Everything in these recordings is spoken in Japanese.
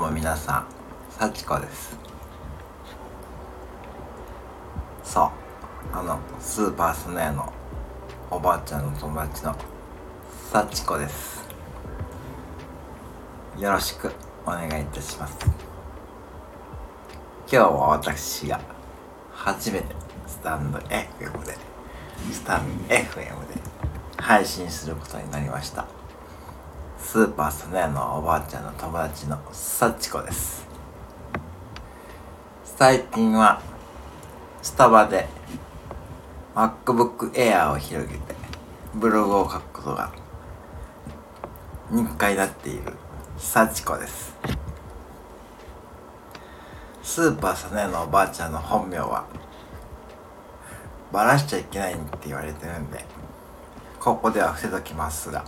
も皆さん、幸子です。そう、スーパースネアのおばあちゃんの友達の幸子です。よろしくお願いいたします。今日は私が初めてスタンド FM で配信することになりました。スーパースネアのおばあちゃんの友達の幸子です。最近はスタバで MacBook Air を広げてブログを書くことが日課になっている幸子です。スーパースネアのおばあちゃんの本名はバラしちゃいけないって言われてるんで、ここでは伏せときますが、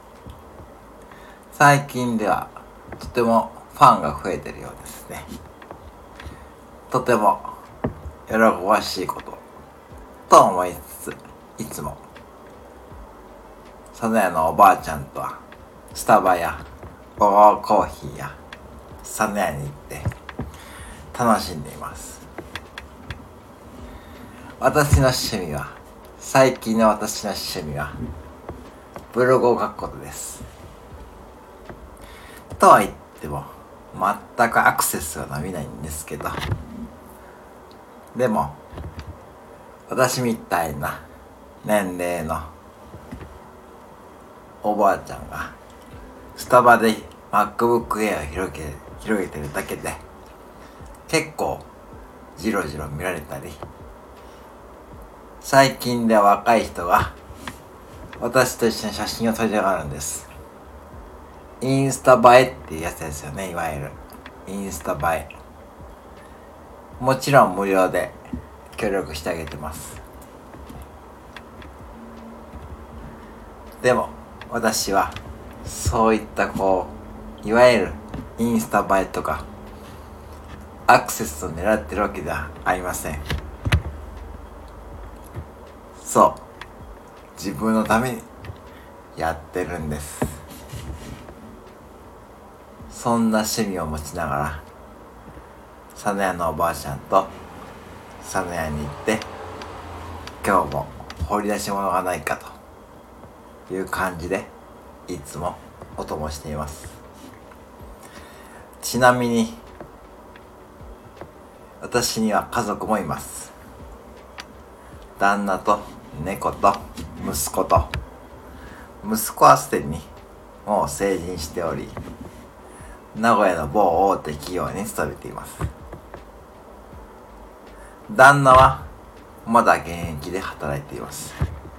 最近ではとてもファンが増えてるようですね。とても喜ばしいことと思いつつ、いつもそのやのおばあちゃんとはスタバや午後コーヒーやサネ屋に行って楽しんでいます。最近の私の趣味はブログを書くことです。とは言っても全くアクセスが伸びないんですけど、でも私みたいな年齢のおばあちゃんがスタバで MacBook Air を広げてるだけで結構じろじろ見られたり、最近では若い人が私と一緒に写真を撮りたがるんです。インスタ映えっていうやつですよね。いわゆるインスタ映え、もちろん無料で協力してあげてます。でも私はそういったいわゆるインスタ映えとかアクセスを狙ってるわけではありません。そう、自分のためにやってるんです。そんな趣味を持ちながらサネ屋のおばあちゃんとサネ屋に行って、今日も掘り出し物がないかという感じでいつもお供しています。ちなみに私には家族もいます。旦那と猫と息子と、息子はすでにもう成人しており、名古屋の某大手企業に勤めています。旦那はまだ現役で働いています。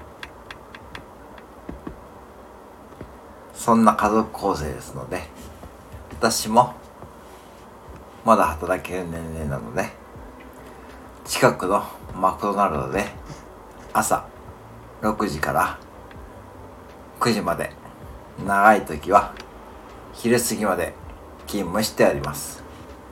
そんな家族構成ですので、私もまだ働ける年齢なので、近くのマクドナルドで朝6時から9時まで、長い時は昼過ぎまで勤務しております。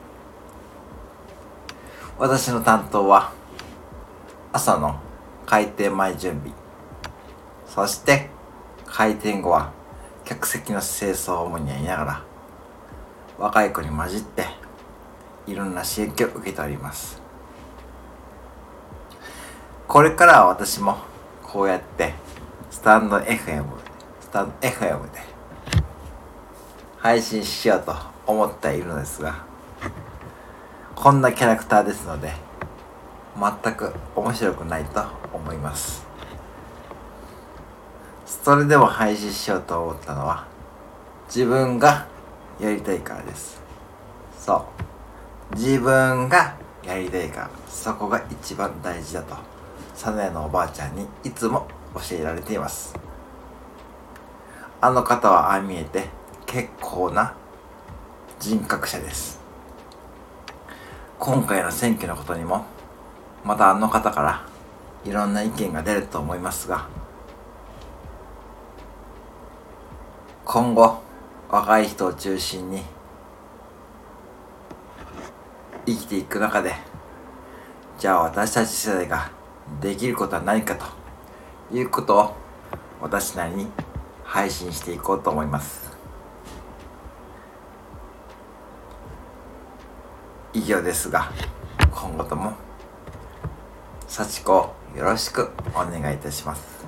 私の担当は朝の開店前準備、そして開店後は客席の清掃を主にやりながら若い子に混じっていろんな刺激を受けております。これからは私もこうやってスタンド FM で配信しようと思っているのですが、こんなキャラクターですので全く面白くないと思います。それでも配信しようと思ったのは自分がやりたいからです。そう、自分がやりたいから、そこが一番大事だとサネのおばあちゃんにいつも教えられています。あの方はああ見えて結構な人格者です。今回の選挙のことにもまたあの方からいろんな意見が出ると思いますが、今後若い人を中心に生きていく中で、じゃあ私たち世代ができることは何かということを私なりに配信していこうと思います。 以上ですが、今後とも幸子をよろしくお願いいたします。